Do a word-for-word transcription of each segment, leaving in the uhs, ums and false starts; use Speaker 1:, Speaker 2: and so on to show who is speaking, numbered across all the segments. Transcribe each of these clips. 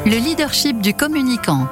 Speaker 1: Le leadership du communicant.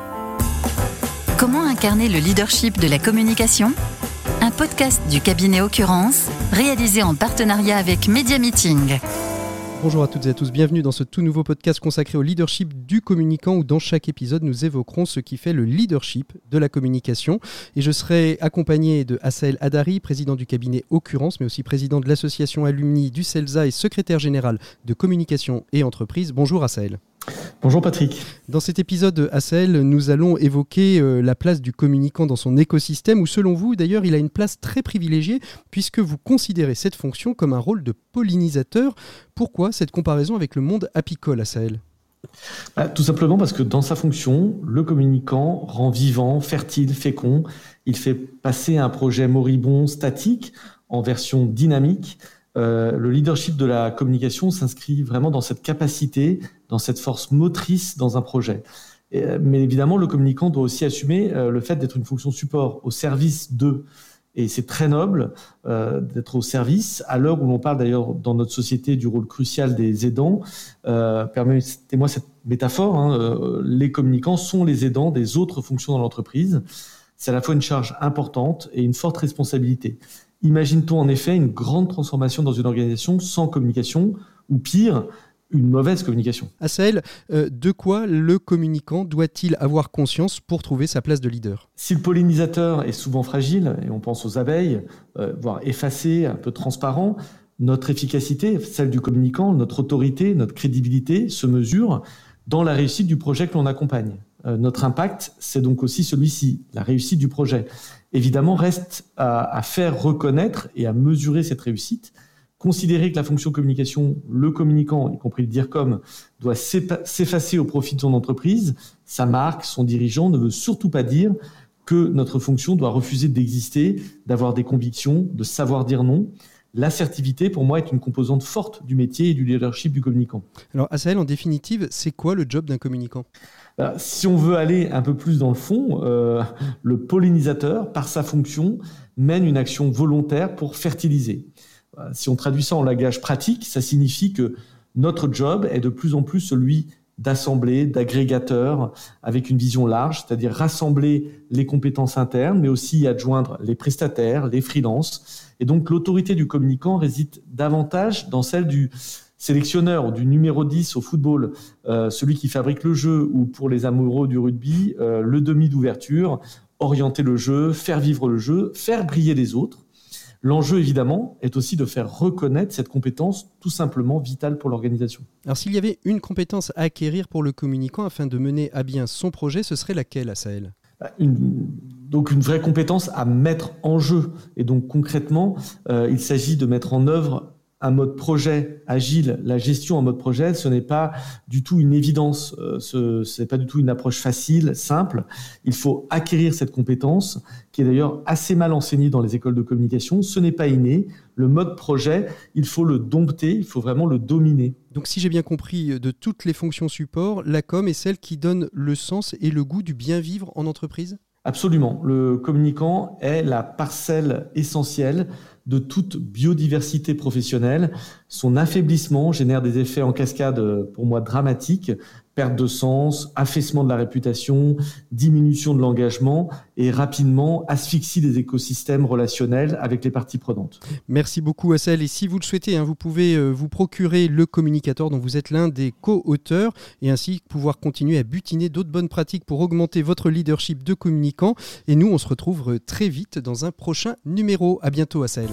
Speaker 1: Comment incarner le leadership de la communication ? Un podcast du cabinet Occurrence, réalisé en partenariat avec Media Meeting.
Speaker 2: Bonjour à toutes et à tous, bienvenue dans ce tout nouveau podcast consacré au leadership du communicant où dans chaque épisode nous évoquerons ce qui fait le leadership de la communication. Et je serai accompagné de Assaël Hadari, président du cabinet Occurrence, mais aussi président de l'association alumni du CELSA et secrétaire général de communication et entreprise. Bonjour Assaël.
Speaker 3: Bonjour Patrick.
Speaker 2: Dans cet épisode, Assaël, nous allons évoquer euh, la place du communicant dans son écosystème où selon vous, d'ailleurs, il a une place très privilégiée puisque vous considérez cette fonction comme un rôle de pollinisateur. Pourquoi cette comparaison avec le monde apicole, Assaël ?
Speaker 3: Bah, tout simplement parce que dans sa fonction, le communicant rend vivant, fertile, fécond. Il fait passer un projet moribond, statique, en version dynamique. Euh, le leadership de la communication s'inscrit vraiment dans cette capacité, dans cette force motrice dans un projet. Et, mais évidemment, le communicant doit aussi assumer euh, le fait d'être une fonction support au service d'eux. Et c'est très noble euh, d'être au service, à l'heure où l'on parle d'ailleurs dans notre société du rôle crucial des aidants. Euh, permettez-moi cette métaphore, hein, euh, les communicants sont les aidants des autres fonctions dans l'entreprise. C'est à la fois une charge importante et une forte responsabilité. Imagine-t-on en effet une grande transformation dans une organisation sans communication, ou pire, une mauvaise communication.
Speaker 2: Assaël, euh, de quoi le communicant doit-il avoir conscience pour trouver sa place de leader ?
Speaker 3: Si le pollinisateur est souvent fragile, et on pense aux abeilles, euh, voire effacé, un peu transparent, notre efficacité, celle du communicant, notre autorité, notre crédibilité se mesure dans la réussite du projet que l'on accompagne. Euh, notre impact, c'est donc aussi celui-ci, la réussite du projet. Évidemment, reste à, à faire reconnaître et à mesurer cette réussite. Considérer que la fonction communication, le communicant, y compris le DIRCOM, doit s'effacer au profit de son entreprise, sa marque, son dirigeant ne veut surtout pas dire que notre fonction doit refuser d'exister, d'avoir des convictions, de savoir dire non. L'assertivité, pour moi, est une composante forte du métier et du leadership du communicant.
Speaker 2: Alors, Assaël, en définitive, c'est quoi le job d'un communicant ?
Speaker 3: Alors, si on veut aller un peu plus dans le fond, euh, le pollinisateur, par sa fonction, mène une action volontaire pour fertiliser. Si on traduit ça en langage pratique, ça signifie que notre job est de plus en plus celui d'assembler, d'agrégateur, avec une vision large, c'est-à-dire rassembler les compétences internes, mais aussi y adjoindre les prestataires, les freelances. Et donc l'autorité du communicant réside davantage dans celle du sélectionneur, du numéro dix au football, euh, celui qui fabrique le jeu, ou pour les amoureux du rugby, euh, le demi d'ouverture, orienter le jeu, faire vivre le jeu, faire briller les autres. L'enjeu, évidemment, est aussi de faire reconnaître cette compétence tout simplement vitale pour l'organisation.
Speaker 2: Alors, s'il y avait une compétence à acquérir pour le communicant afin de mener à bien son projet, ce serait laquelle, Assaël ?
Speaker 3: Une, donc une vraie compétence à mettre en jeu. Et donc concrètement, euh, il s'agit de mettre en œuvre un mode projet agile. La gestion en mode projet, ce n'est pas du tout une évidence, euh, ce n'est pas du tout une approche facile, simple. Il faut acquérir cette compétence, qui est d'ailleurs assez mal enseignée dans les écoles de communication. Ce n'est pas inné. Le mode projet, il faut le dompter, il faut vraiment le dominer.
Speaker 2: Donc si j'ai bien compris, de toutes les fonctions support, la com est celle qui donne le sens et le goût du bien vivre en entreprise ?
Speaker 3: Absolument. Le communicant est la parcelle essentielle de toute biodiversité professionnelle. Son affaiblissement génère des effets en cascade, pour moi, dramatiques. Perte de sens, affaissement de la réputation, diminution de l'engagement et rapidement asphyxie des écosystèmes relationnels avec les parties prenantes.
Speaker 2: Merci beaucoup Assaël. Et si vous le souhaitez, hein, vous pouvez euh, vous procurer le communicateur dont vous êtes l'un des co-auteurs et ainsi pouvoir continuer à butiner d'autres bonnes pratiques pour augmenter votre leadership de communicant. Et nous, on se retrouve très vite dans un prochain numéro. À bientôt Assaël.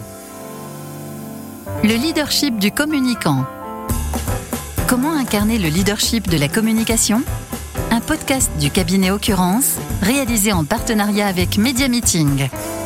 Speaker 1: Le leadership du communicant. Comment incarner le leadership de la communication ? Un podcast du cabinet Occurrence, réalisé en partenariat avec Media Meeting.